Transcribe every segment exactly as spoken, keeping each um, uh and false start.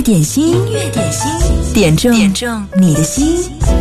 点心，音乐点心，点中点中你的心。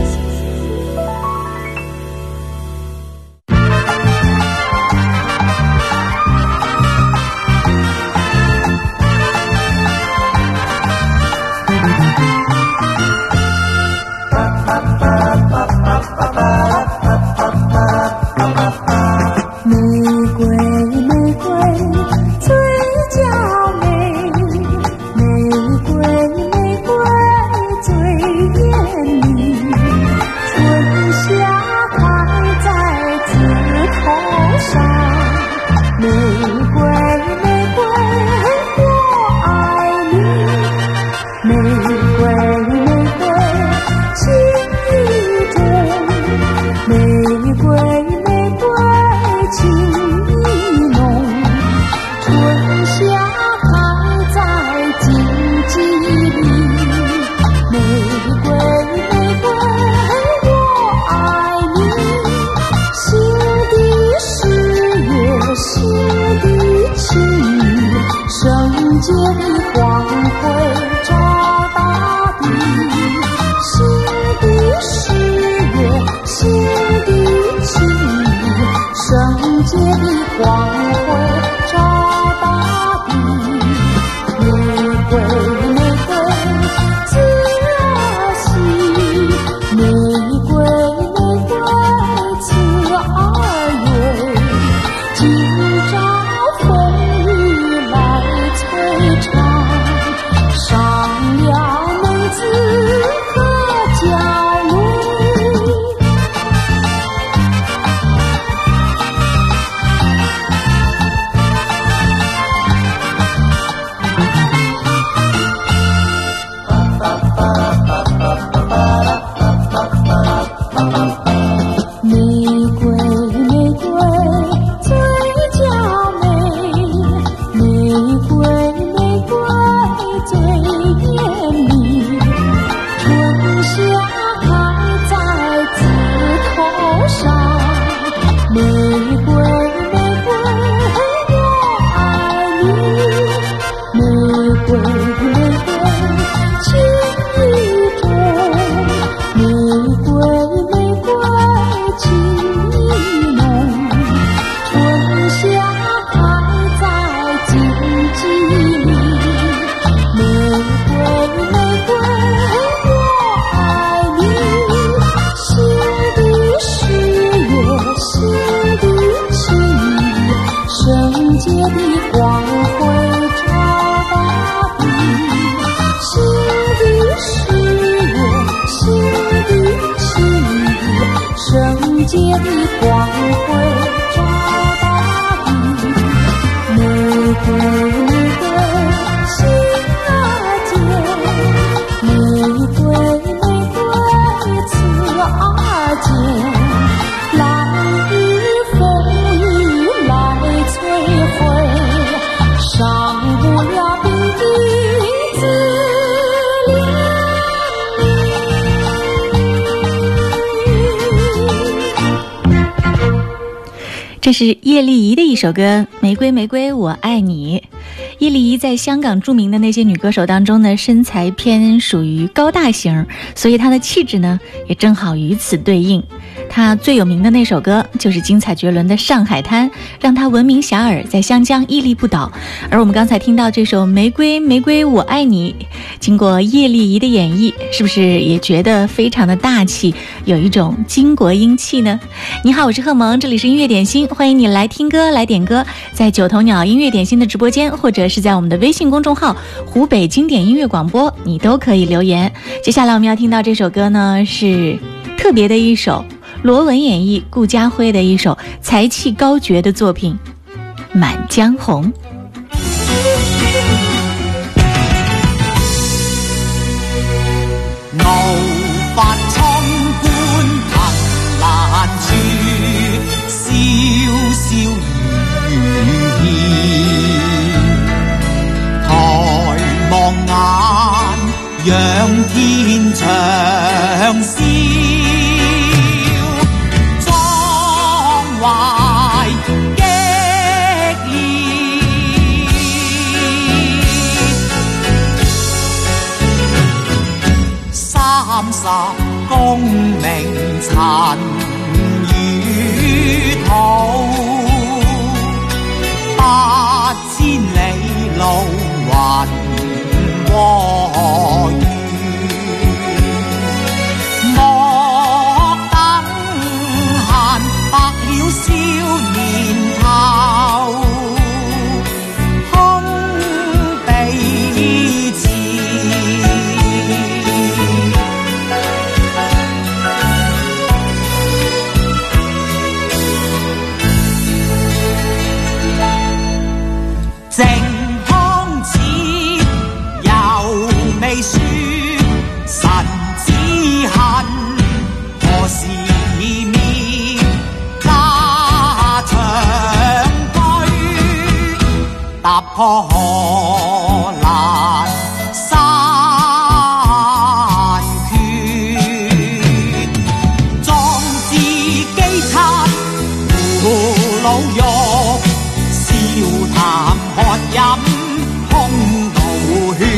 这是叶丽仪的一首歌《玫瑰玫瑰我爱你》。叶丽仪在香港著名的那些女歌手当中呢，身材偏属于高大型，所以她的气质呢也正好与此对应。她最有名的那首歌就是精彩绝伦的《上海滩》，让她闻名遐迩，在湘江屹立不倒。而我们刚才听到这首《玫瑰玫瑰我爱你》，经过叶丽仪的演绎，是不是也觉得非常的大气，有一种巾帼英气呢？你好，我是贺萌，这里是音乐点心，欢迎你来听歌来点歌，在九头鸟音乐点心的直播间，或者是在我们的微信公众号湖北经典音乐广播，你都可以留言。接下来我们要听到这首歌呢，是特别的一首罗文演绎顾嘉辉的一首才气高绝的作品《满江红》。 怒髮衝冠憑欄處，瀟瀟如煙。抬望眼，仰天長嘯，壯懷激烈。 十功名尘与土，八千里路雲和雨，莫等閒白了少年頭，空悲切。靜空似猶未雪，神之恨何時滅？家長居踏破河蘭山缺，壯志飢餐胡虜肉，笑談喝飲空道血，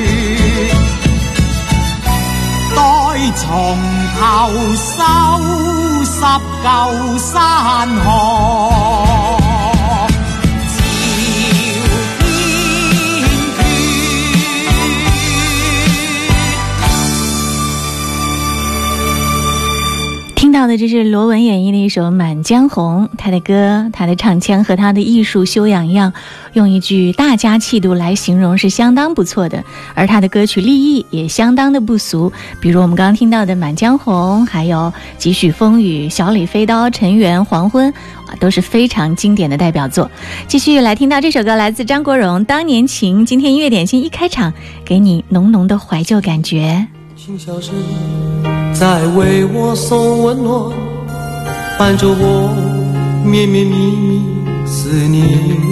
待從頭收拾舊山河。 听到的这是罗文演绎的一首《满江红》，他的歌，他的唱腔和他的艺术修养样，用一句大家气度来形容是相当不错的。而他的歌曲立意也相当的不俗，比如我们刚刚听到的《满江红》，还有《几许风雨》、《小李飞刀》、《尘缘》、《黄昏》，都是非常经典的代表作。继续来听到这首歌，来自张国荣《当年情》。今天音乐点心一开场，给你浓浓的怀旧感觉。 轻笑声在为我送温暖，伴着我绵绵密密思念。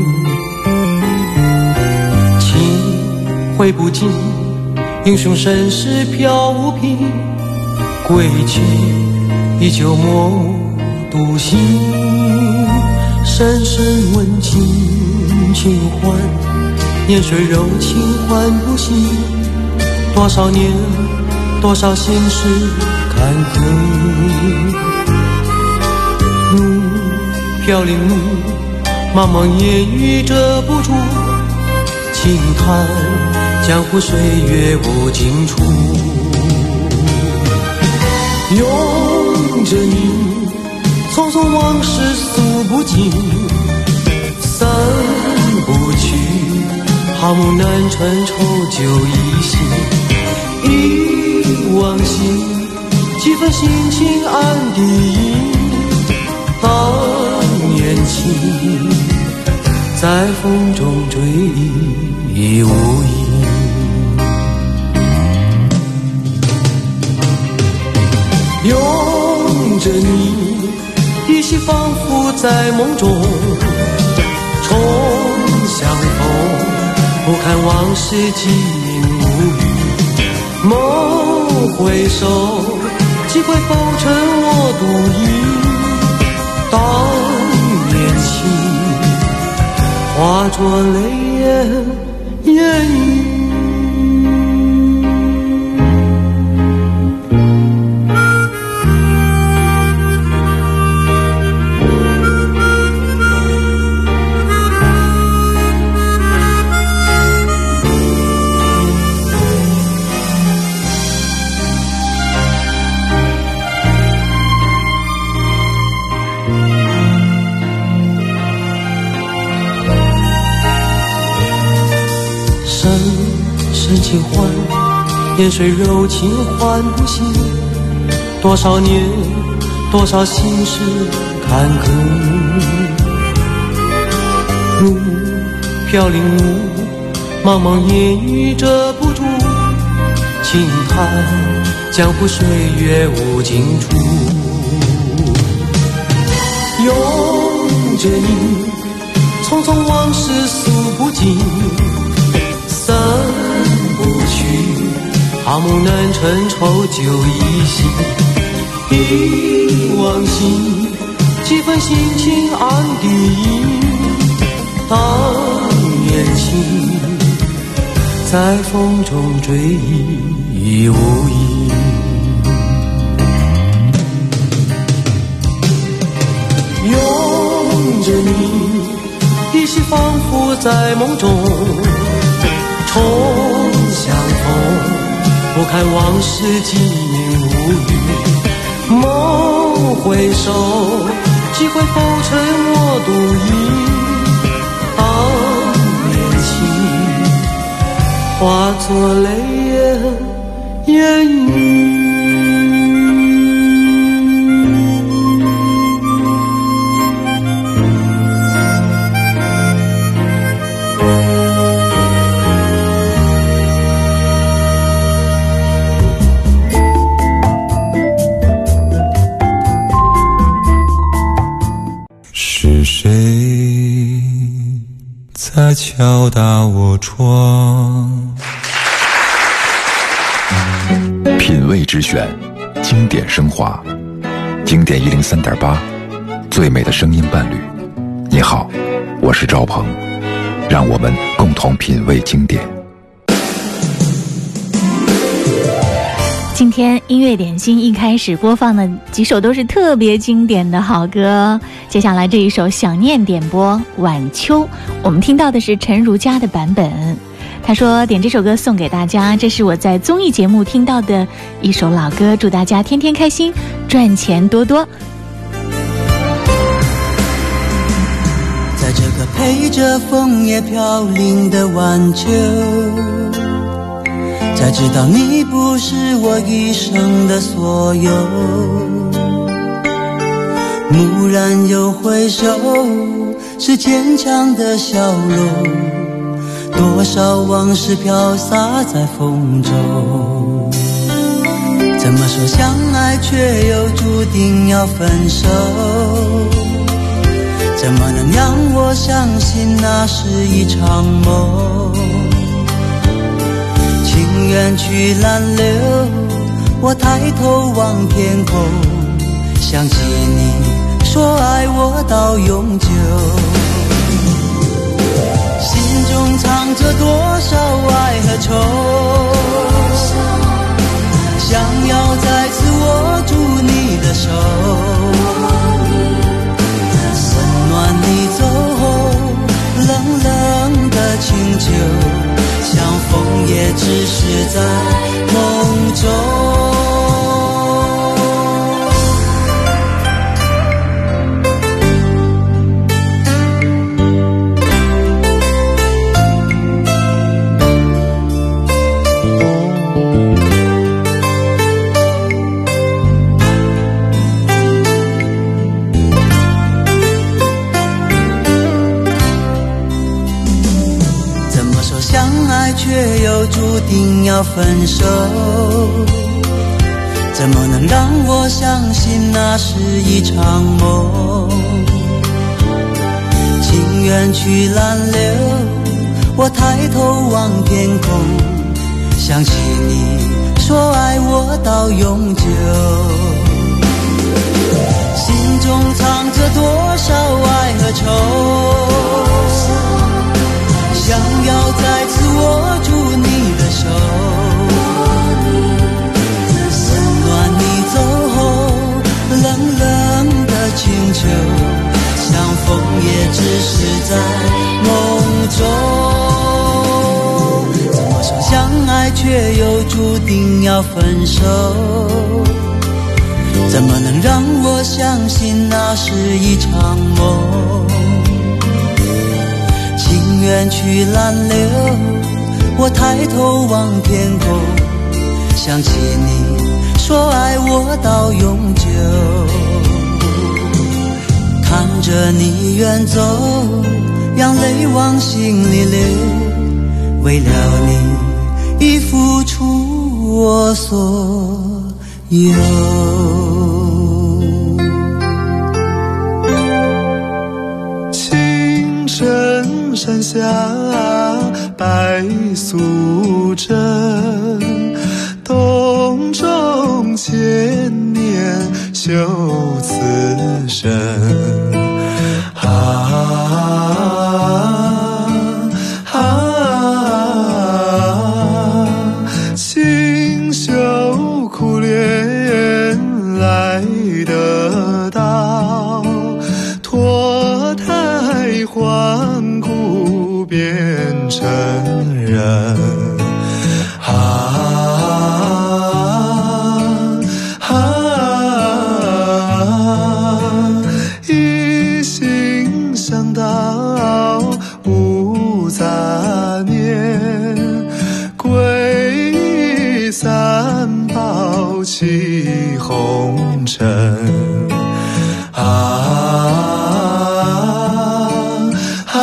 情挥不尽，英雄身世飘无凭，归去依旧默独行。深深问情情换，年岁柔情换不醒。多少年多少心事坎坷，路飘零路，茫茫烟雨遮不住，轻叹江湖岁月无尽处。拥着你，匆匆往事诉不尽，散不去，好梦难成愁酒一醒。忆往昔，几分心情暗地隐。当年情，在风中追忆无影。拥着你，依稀仿佛在梦中重相逢，不堪往事尽无语。梦回首，几回浮沉我独饮。当年情，化作泪眼烟雨。深情换，年岁柔情换不醒。多少年，多少心事坎坷。路飘零路，茫茫烟雨遮不住，轻叹江湖岁月无尽处。拥着你，匆匆往事诉不尽。散不去，好梦难成愁酒一醒。忆往昔，几分心情暗地隐。当年情，在风中追忆无影。 着你，依稀仿佛在梦中重相逢，不堪往事几年无语，梦回首，几回浮沉我独倚，当年情化作泪眼烟雨。 是谁在敲打我窗？ 品味之选，经典升华，经典一零三点八，最美的声音伴侣。你好，我是赵鹏，让我们共同品味经典。 今天音乐点心一开始播放的几首都是特别经典的好歌，接下来这一首想念点播晚秋，我们听到的是陈如佳的版本。他说点这首歌送给大家，这是我在综艺节目听到的一首老歌，祝大家天天开心，赚钱多多。 在这个陪着枫叶飘零的晚秋，才知道你不是我一生的所有。蓦然又回首，是坚强的笑容，多少往事飘洒在风中。怎么说相爱却又注定要分手？怎么能让我相信那是一场梦？情缘去难留，我抬头望天空，想起你说爱我到永久，心中藏着多少爱和愁，想要再次握住你的手，温暖你走后冷冷的清秋，像枫叶只是在梦中。却又注定要分手，怎么能让我相信那是一场梦？情缘去难留，我抬头望天空，想起你说爱我到永久，心中藏着多少爱和愁，想要再次握住你的手，温暖你走后冷冷的清秋，像枫叶只是在梦中。怎么说相爱却又注定要分手？怎么能让我相信那是一场梦？情缘去难留，我抬头望天空，想起你说爱我到永久，看着你远走，让泪往心里流，为了你已付出我所有。 山下白素贞，洞中千年修此身。啊啊，清秀苦练来得到，脱胎人。啊啊，一心向道无杂念，归三宝起红尘。啊啊，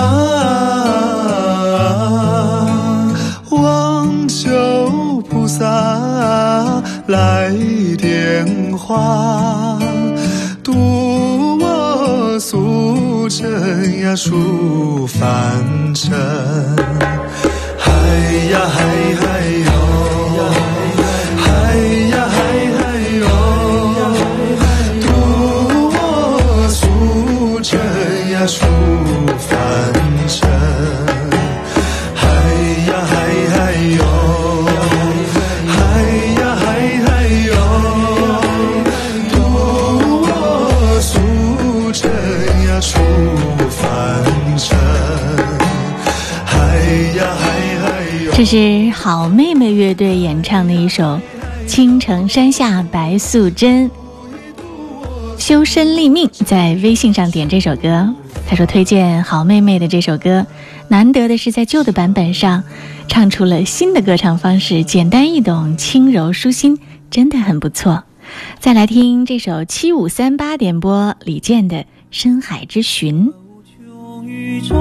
望求菩萨来点化，度我俗尘呀出凡尘。嗨呀嗨嗨哟，嗨呀嗨嗨哟，度我俗尘呀出凡尘。嗨呀嗨嗨哟，嗨呀嗨嗨哟，度我俗尘呀出凡尘。嗨呀嗨嗨哟。 这是好妹妹乐队演唱的一首《青城山下白素贞》。修身立命在微信上点这首歌，他说推荐好妹妹的这首歌，难得的是在旧的版本上唱出了新的歌唱方式，简单易懂，轻柔舒心，真的很不错。再来听这首七五三八点播李健的《深海之寻》。 宇宙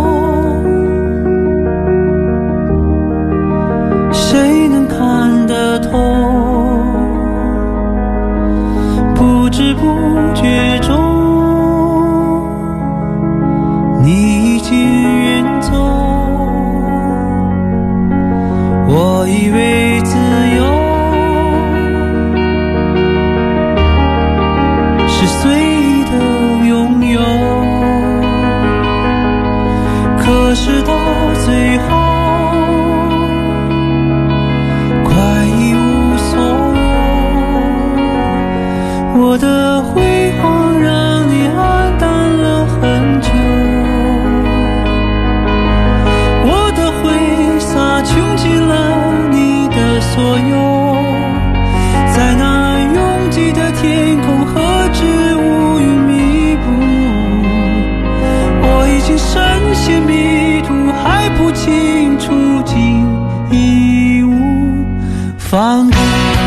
谁能看得透？不知不觉中，你已经远走。我以为自由是随意的拥有，可是到最后我的辉煌让你黯淡了很久，我的挥洒穷尽了你的所有，在那拥挤的天空何止乌云密布，我已经深陷迷途，还不清楚竟义无反顾。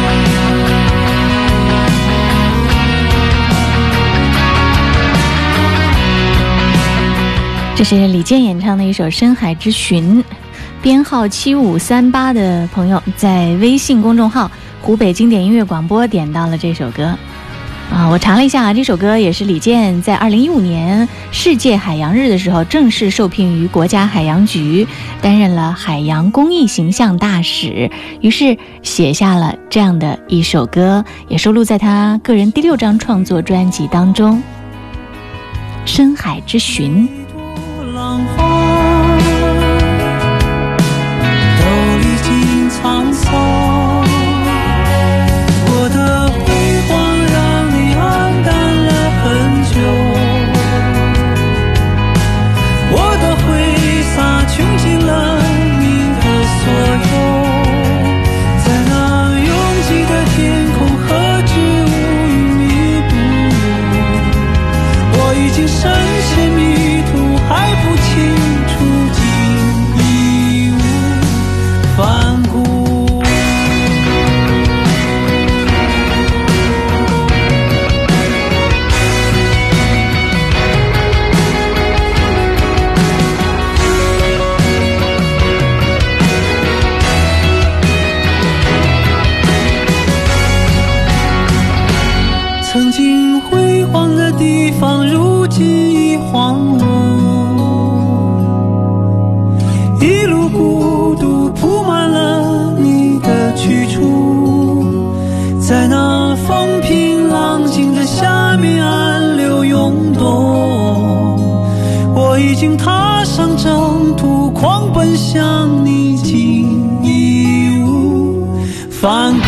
这是李健演唱的一首《深海之寻》，编号七五三八的朋友在微信公众号湖北经典音乐广播点到了这首歌啊！我查了一下，这首歌也是李健在二零一五年世界海洋日的时候正式受聘于国家海洋局，担任了海洋公益形象大使，于是写下了这样的一首歌，也收录在他个人第六张创作专辑当中，《深海之寻》。 浪花都历经沧桑，我的辉煌让你黯淡了很久，我的挥洒穷尽了你的所有，在那拥挤的天空何止乌云密布，我已经深陷迷途，还不清楚竟义无反顾。曾经辉煌的地方，如今已荒芜，一路孤独铺满了你的去处，在那风平浪静的下面暗流涌动，我已经踏上征途，狂奔向你，竟义无反顾。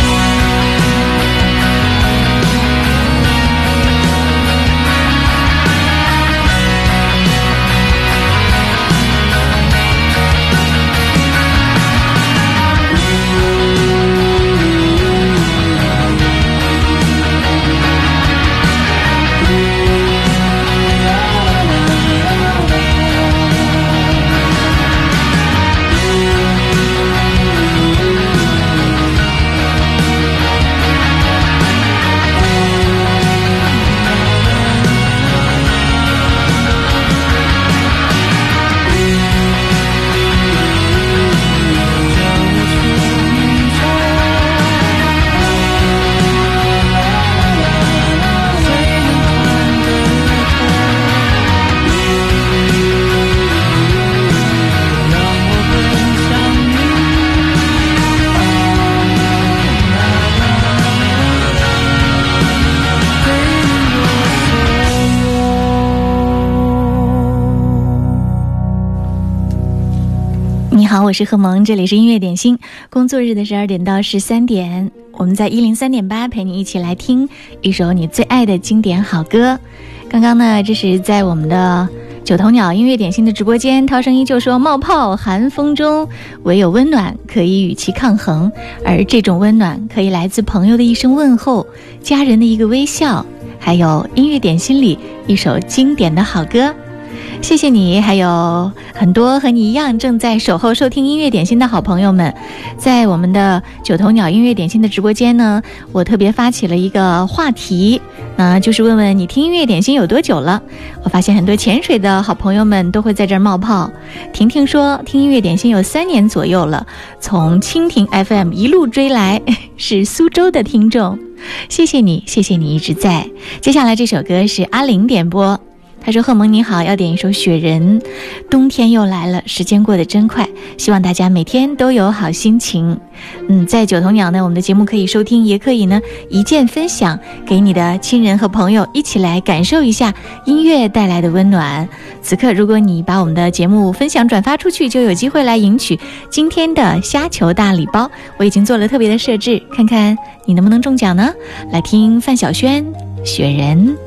我是贺萌，这里是音乐点心，工作日的十二点到十三点，我们在一零三点八陪你一起来听一首你最爱的经典好歌。刚刚呢，这是在我们的九头鸟音乐点心的直播间，涛声依旧说冒泡寒风中唯有温暖可以与其抗衡，而这种温暖可以来自朋友的一声问候，家人的一个微笑，还有音乐点心里一首经典的好歌。谢谢你，还有很多和你一样正在守候收听音乐点心的好朋友们。在我们的九头鸟音乐点心的直播间呢，我特别发起了一个话题，那就是问问你听音乐点心有多久了。我发现很多潜水的好朋友们都会在这儿冒泡。婷婷说听音乐点心有三年左右了，从蜻蜓 F M 一路追来，是苏州的听众。谢谢你，谢谢你一直在。接下来这首歌是阿玲点播，他说贺萌你好，要点一首雪人，冬天又来了，时间过得真快，希望大家每天都有好心情。嗯，在九头鸟呢，我们的节目可以收听，也可以呢一键分享给你的亲人和朋友，一起来感受一下音乐带来的温暖。此刻如果你把我们的节目分享转发出去，就有机会来赢取今天的虾球大礼包，我已经做了特别的设置，看看你能不能中奖呢。来听范晓萱雪人。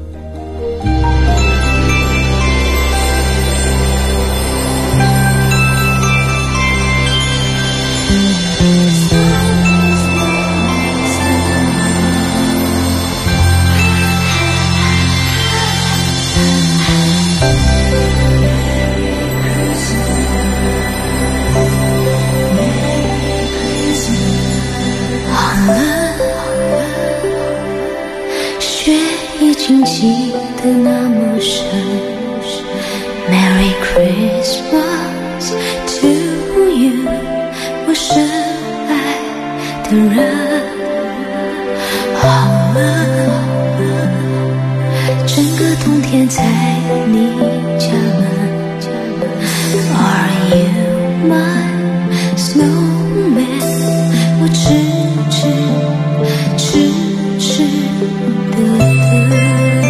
已经记得那么深 Merry Christmas to you 我深爱的人。好了，整个冬天在你家门 Are you my snowman 我痴痴痴痴的等。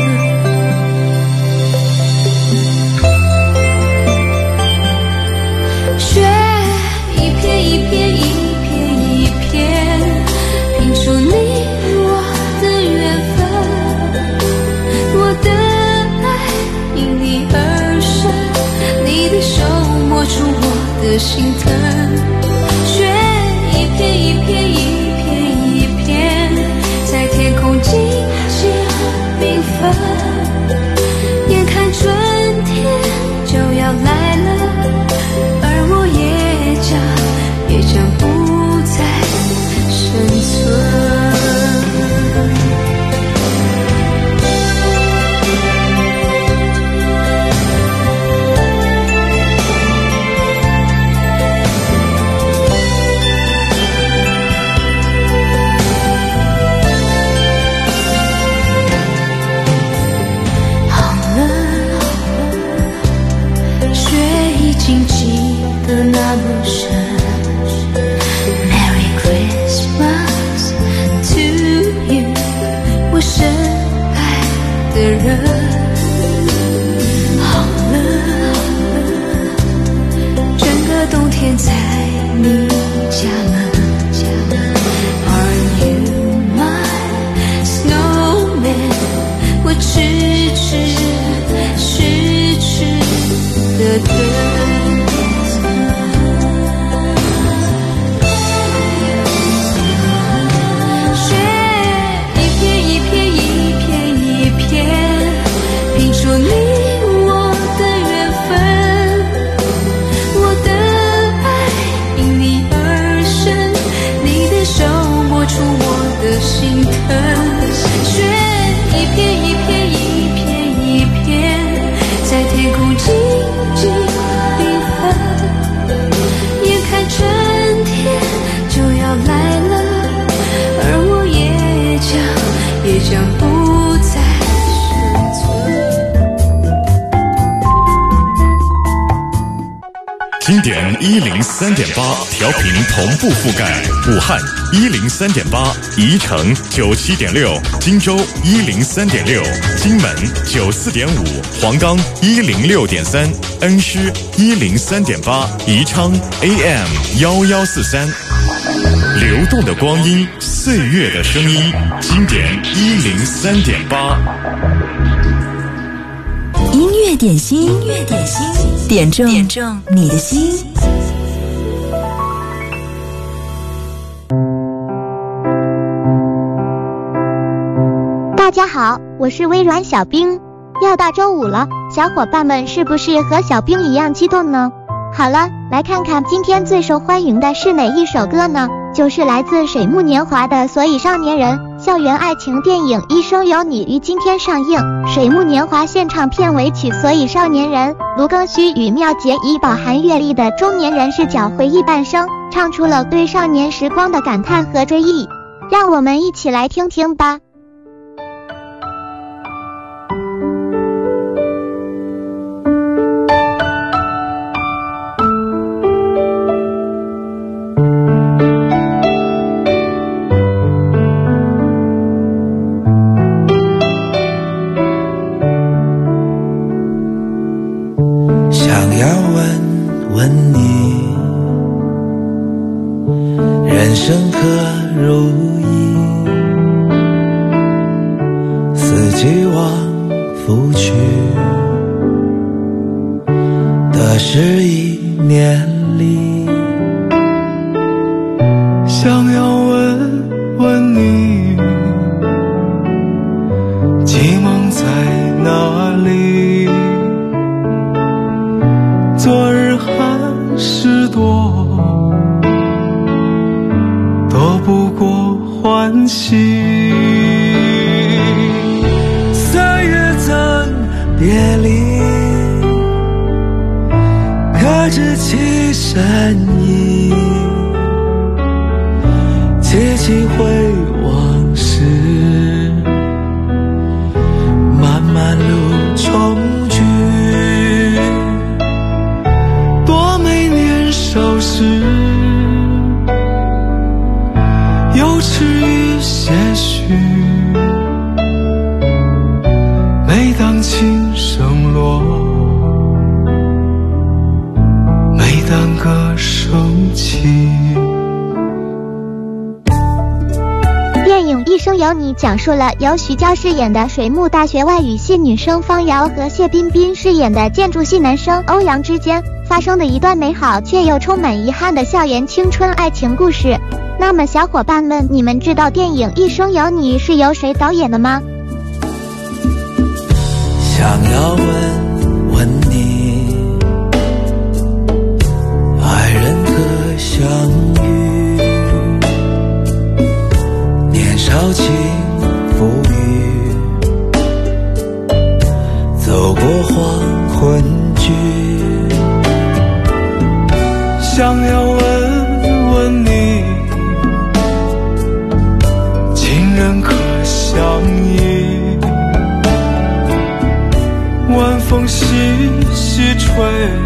心疼，雪一片一片一片一片，在天空静静缤纷。眼看春天就要来了，而我也将也将不再生存。 一零三点八，调频同步覆盖武汉一零三点八，宜城九七点六，荆州一零三点六，荆门九四点五，黄冈一零六点三，恩施一零三点八，宜昌 A M 幺幺四三。流动的光阴，岁月的声音，经典一零三点八。 音乐点心，音乐点心，点中点中你的心。 大家好，我是微软小冰。要到周五了，小伙伴们是不是和小冰一样激动呢？好了，来看看今天最受欢迎的是哪一首歌呢？就是来自水木年华的《所以少年人》。校园爱情电影《一生有你》于今天上映，水木年华献唱片尾曲《所以少年人》，卢庚戌与妙洁以饱含阅历的中年人视角回忆半生，唱出了对少年时光的感叹和追忆。让我们一起来听听吧。讲述了由徐娇饰演的水木大学外语系女生方瑶和谢彬彬饰演的建筑系男生欧阳之间发生的一段美好却又充满遗憾的校园青春爱情故事。那么小伙伴们，你们知道电影《一生有你》是由谁导演的吗？ 想要问问你，爱人可相遇？年少轻浮雨，走过黄昏居，想要问问你，情人可相依？晚风习习吹，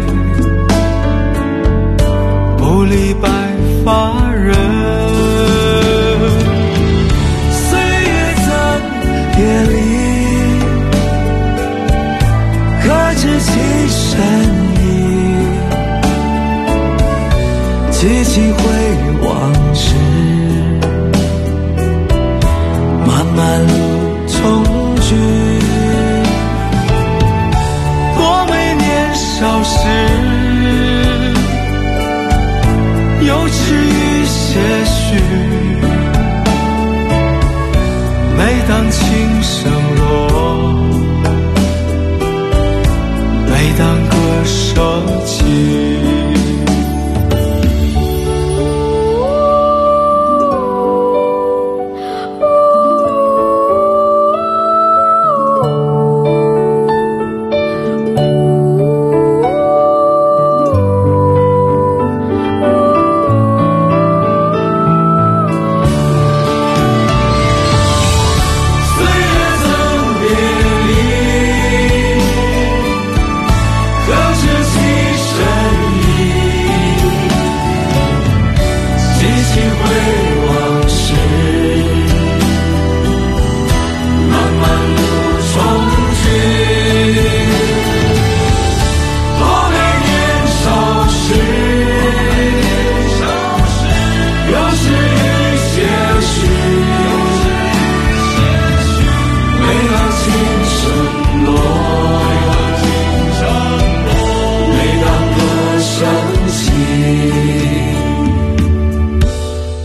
不理白发人。夜里可知其深意，记起回往事，漫漫路重聚，多美年少时，幼稚与些许，每当琴声落，每当歌声起，可知其深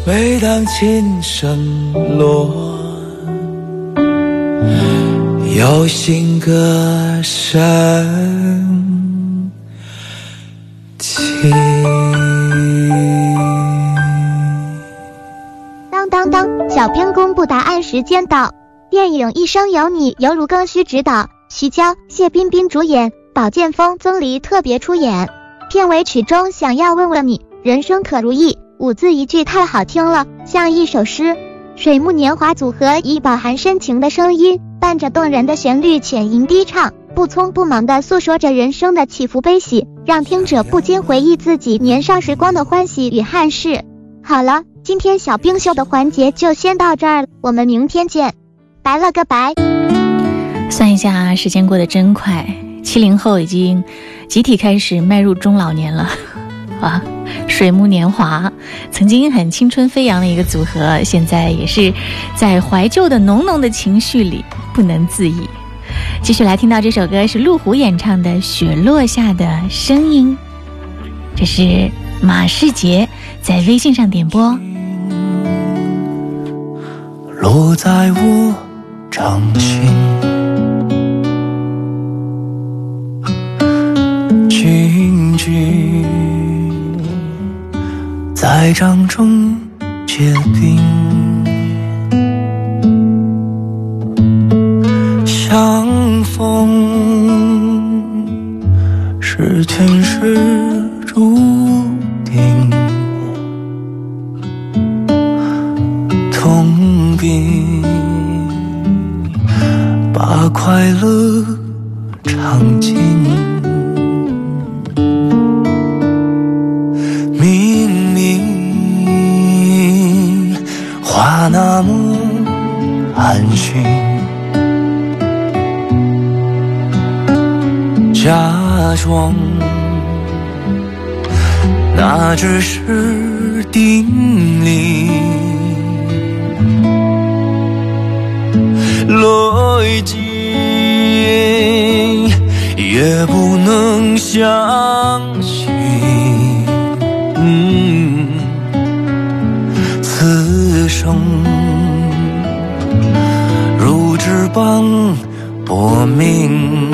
每当琴声落，有新歌声起。 当当当，小编公布答案时间到。电影《一生有你》由卢庚戌执导，徐娇、谢彬彬主演，宝剑锋、曾黎特别出演。片尾曲中想要问问你，人生可如意，五字一句太好听了，像一首诗。水木年华组合以饱含深情的声音，伴着动人的旋律浅吟低唱，不匆不忙地诉说着人生的起伏悲喜，让听者不禁回忆自己年少时光的欢喜与憾事。好了，今天小冰秀的环节就先到这儿了，我们明天见，拜了个拜。 算一下，时间过得真快，七零后已经集体开始迈入中老年了啊！水木年华曾经很青春飞扬的一个组合，现在也是在怀旧的浓浓的情绪里不能自已。继续来听到这首歌是陆虎演唱的《雪落下的声音》，这是马世杰在微信上点播。 落在我掌心，静静在掌中结冰，相逢是前世注定，痛并把快乐尝尽。话那么安心，假装那只是定理，逻辑也不能相信。嗯此生如纸般薄命，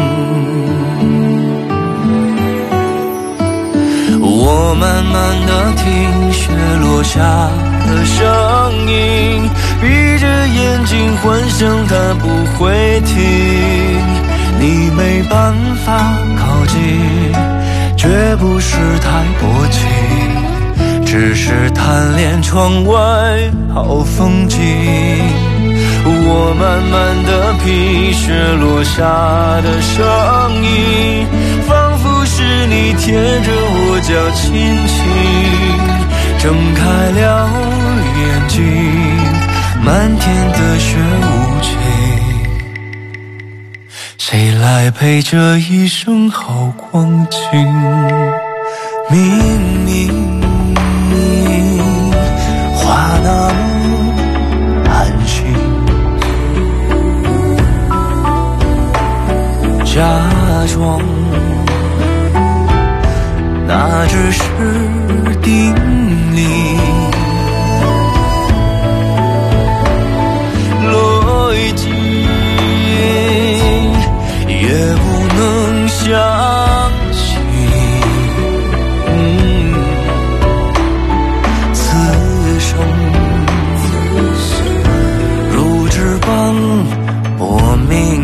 我慢慢地听雪落下的声音，闭着眼睛幻想它不会停，你没办法靠近，绝不是太薄情，只是贪恋窗外好风景。我慢慢地品雪落下的声音，仿佛是你贴着我脚轻轻睁开了眼睛，漫天的雪无情，谁来陪这一生好光景？明明话那么安心，假装那只是定理，逻辑也不能相信。嗯此生如纸般薄命，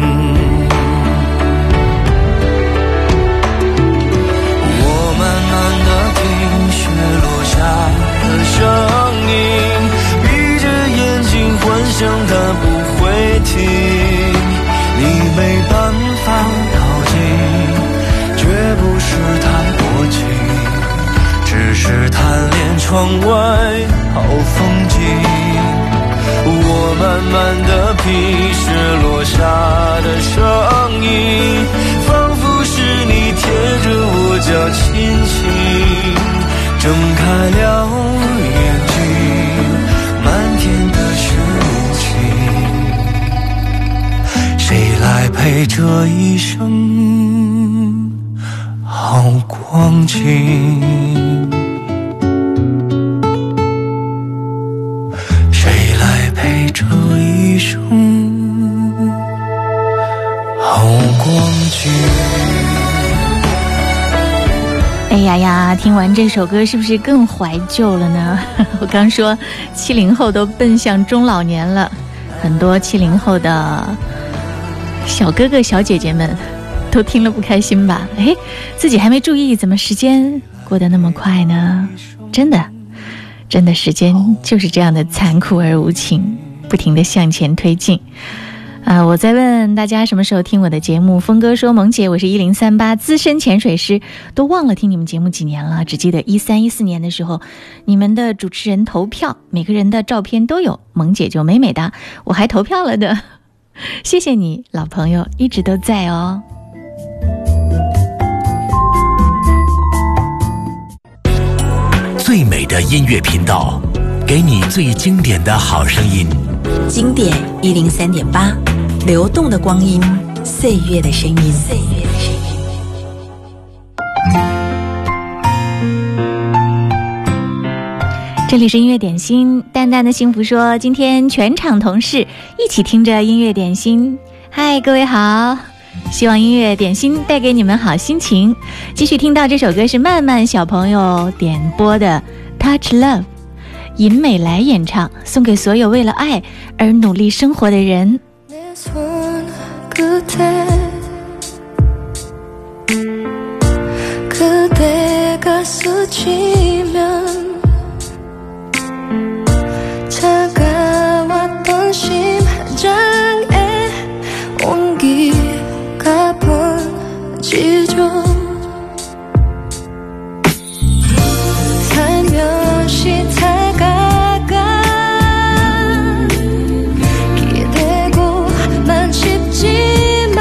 我慢慢地听雪落下的声音，闭着眼睛幻想它不会停，你没办法靠近，绝不是太薄情，只是贪恋窗外好风景。我慢慢地品雪落下的声音，仿佛是你贴着我脚轻轻睁开了眼睛，漫天的雪无情，谁来陪这一生好光景？ 哎呀，听完这首歌是不是更怀旧了呢？我刚说七零后都奔向中老年了，很多七零后的小哥哥小姐姐们都听了不开心吧？哎，自己还没注意，怎么时间过得那么快呢？真的真的时间就是这样的残酷而无情，不停地向前推进。啊、呃，我在问大家什么时候听我的节目。峰哥说，萌姐，我是一零三八资深潜水师，都忘了听你们节目几年了，只记得一三一四年的时候，你们的主持人投票，每个人的照片都有，萌姐就美美哒，我还投票了的。谢谢你，老朋友，一直都在哦。 最美的音乐频道，给你最经典的好声音。 经典一零三点八，流动的光阴，岁月的声音。岁月的声音。 这里是音乐点心，淡淡的幸福说，今天全场同事一起听着音乐点心。嗨，各位好，希望音乐点心带给你们好心情。继续听到这首歌是曼曼小朋友点播的 Touch Love， 尹美来演唱，送给所有为了爱而努力生活的人。 그대가 스치면 차가웠던 심장에 온기가 번지죠. 살며시 다가가 기대고만 싶지만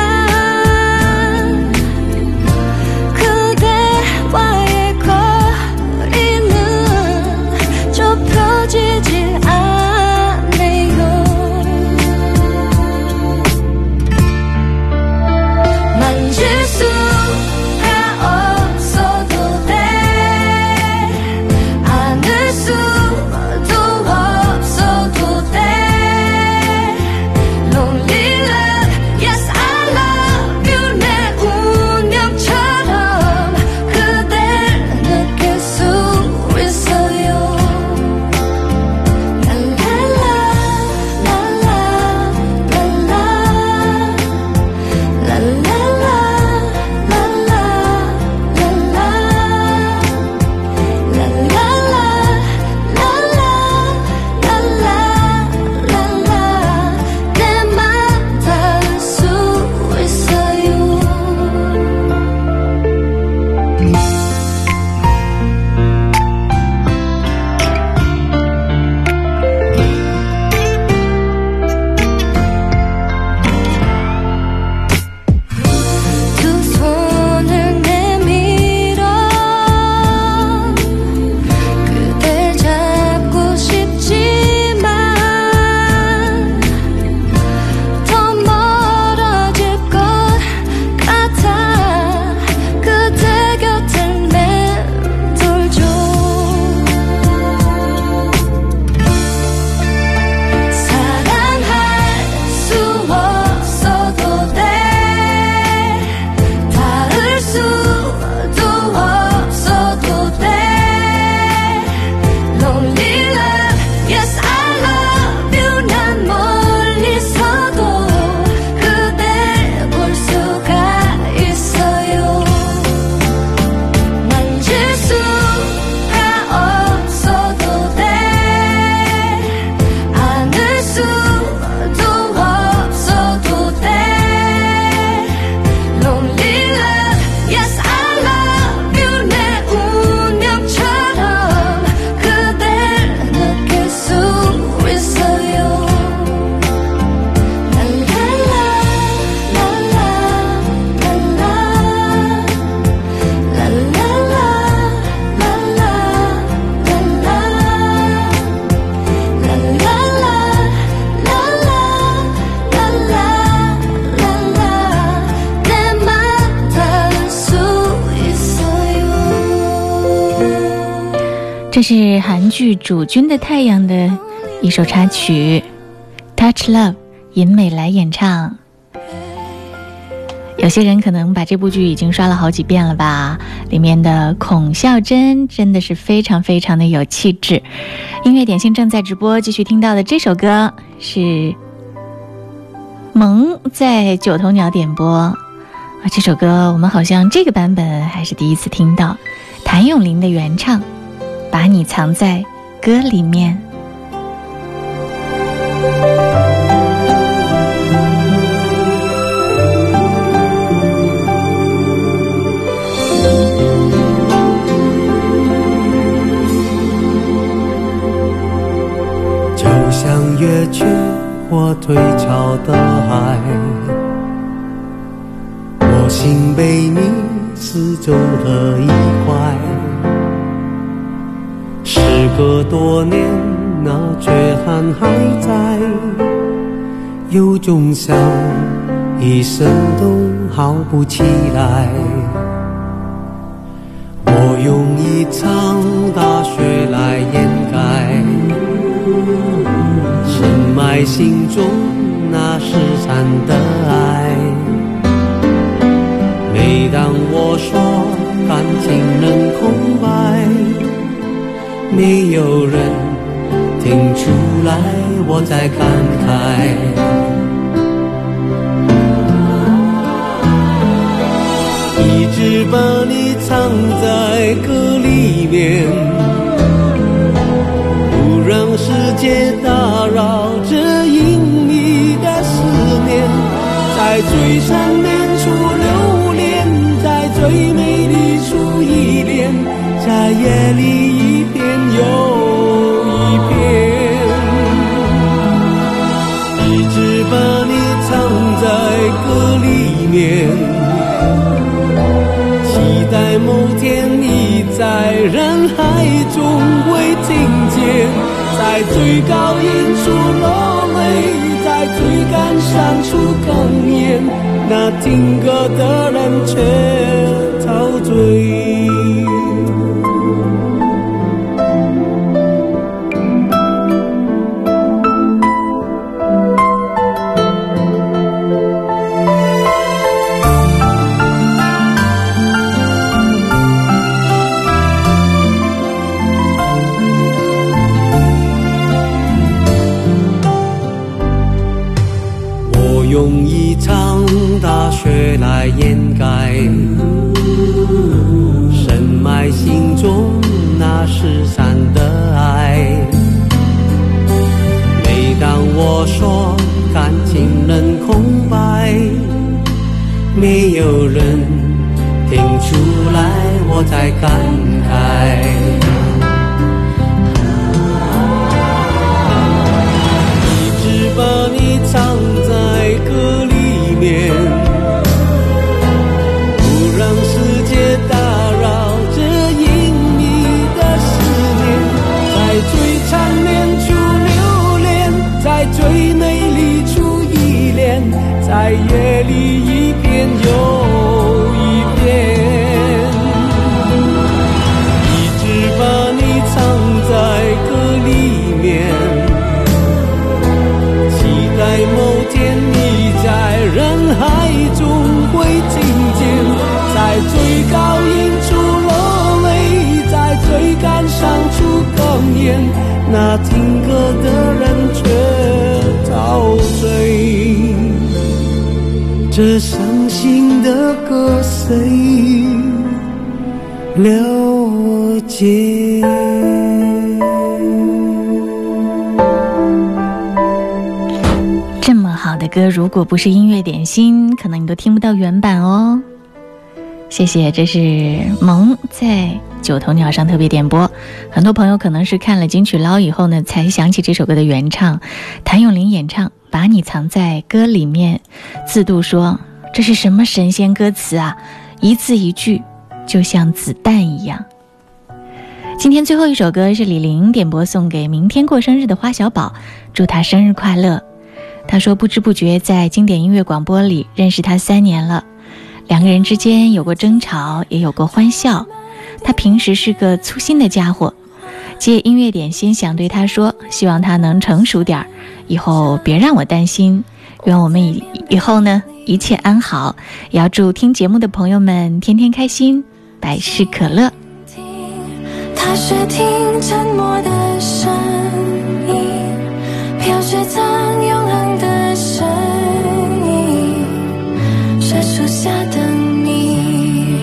그대와의 거리는 좁혀지지 않네요. 만질 수가 없어도 돼, 안을 수도 없어도 돼. Lonely love, yes I love you. 내 운명처럼 그댈 느낄 수 있어요. 랄랄라 랄라 랄라 랄랄라 랄라 랄라 랄랄라 내 맘 닿을 수 있어요. 두 손을 내밀어 그댈 잡고 싶지만 더 멀어질 것 같아. 그대 곁을 맴돌죠. 사랑할 수 없어도 돼, 닿을 수도 없어도 돼. Lonely love, yes I love you. 난 멀리서도 그댈 볼 수가 있어요. 만질 수가 없어도 돼, 안을 수도 없어도 돼. Lonely love, yes I love you. 내 운명처럼 그댈 느낄 수 있어요. 랄랄라 랄라 랄라 랄랄라 랄라 랄라 랄랄라 랄라 랄라 내 맘 닿을 수 있어요. 这是韩剧《主君的太阳》的一首插曲 Touch Love， 尹美来演唱。 有些人可能把这部剧已经刷了好几遍了吧，里面的孔孝真真的是非常非常的有气质。音乐点心正在直播，继续听到的这首歌是萌在九头鸟点播啊，这首歌我们好像这个版本还是第一次听到，谭咏麟的原唱，把你藏在歌里面。 就像月缺或退潮的海，我心被你撕走了一块。时隔多年，那缺憾还在，有种伤一生都好不起来。我用一场大雪来掩盖深埋心中那失散的爱。每当我说感情能空白，没有人听出来我在感慨。一直把你藏在歌里面，不让世界打扰这隐秘的思念，在最闪念处留恋，在最美丽处依恋，在夜里一遍又一遍，一直把你藏在歌里面，期待某天你在人海中会听见，在最高音处落泪，在最感伤处哽咽，那听歌的人却陶醉。用一场大雪来掩盖深埋心中那失散的爱。每当我说感情能空白，没有人听出来我在感慨。一直把你藏在歌里面，不让世界打扰这隐秘的思念，在最缠绵处留恋，在最美丽处依恋，在夜里一遍又一遍，一直把你藏在歌里面，期待某天你在人海中会听见，在最高音处落泪，在最感伤处哽咽，那听歌的人却陶醉。这伤心的歌谁了解？ 这么好的歌，如果不是音乐点心，可能你都听不到原版哦。谢谢，这是萌在九头鸟上特别点播。很多朋友可能是看了金曲捞以后呢，才想起这首歌的原唱，谭咏麟演唱，把你藏在歌里面。自度说，这是什么神仙歌词啊，一字一句就像子弹一样。今天最后一首歌是李玲点播送给明天过生日的花小宝，祝他生日快乐。他说不知不觉在经典音乐广播里认识他三年了，两个人之间有过争吵，也有过欢笑。他平时是个粗心的家伙，借音乐点心想对他说，希望他能成熟点儿，以后别让我担心， 愿我们以以后呢一切安好，也要祝听节目的朋友们天天开心，百事可乐。 踏雪听沉默的声音，飘雪藏永恒的声音，是树下的你，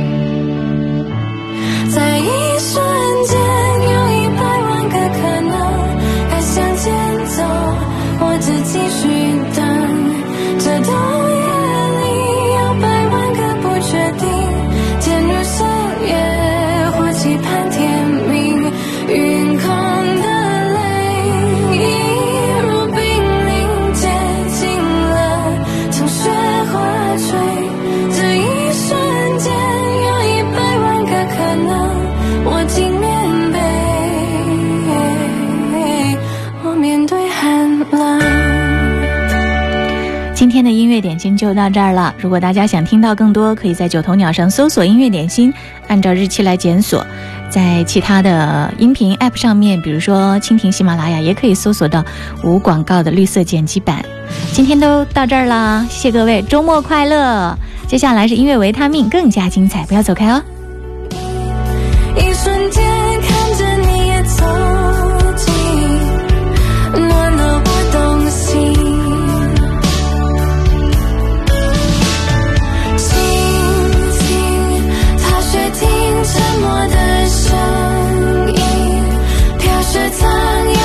在一瞬间有一百万个可能，该向前走或者继续等，这冬夜里有百万个不确定，渐入岁月或期盼天明，云空的泪一如冰凌接近了，从雪花坠，这一瞬间有一百万个可能，我进棉被，我面对寒冷。 今天的音乐点心就到这儿了，如果大家想听到更多，可以在九头鸟上搜索音乐点心，按照日期来检索，在其他的音频 app 上面，比如说蜻蜓、喜马拉雅，也可以搜索到无广告的绿色剪辑版。今天都到这儿啦，谢谢各位，周末快乐。接下来是音乐维他命，更加精彩，不要走开哦。 一瞬间看着你也走近，暖得我动心，轻轻踏雪听沉默的声音，飘雪藏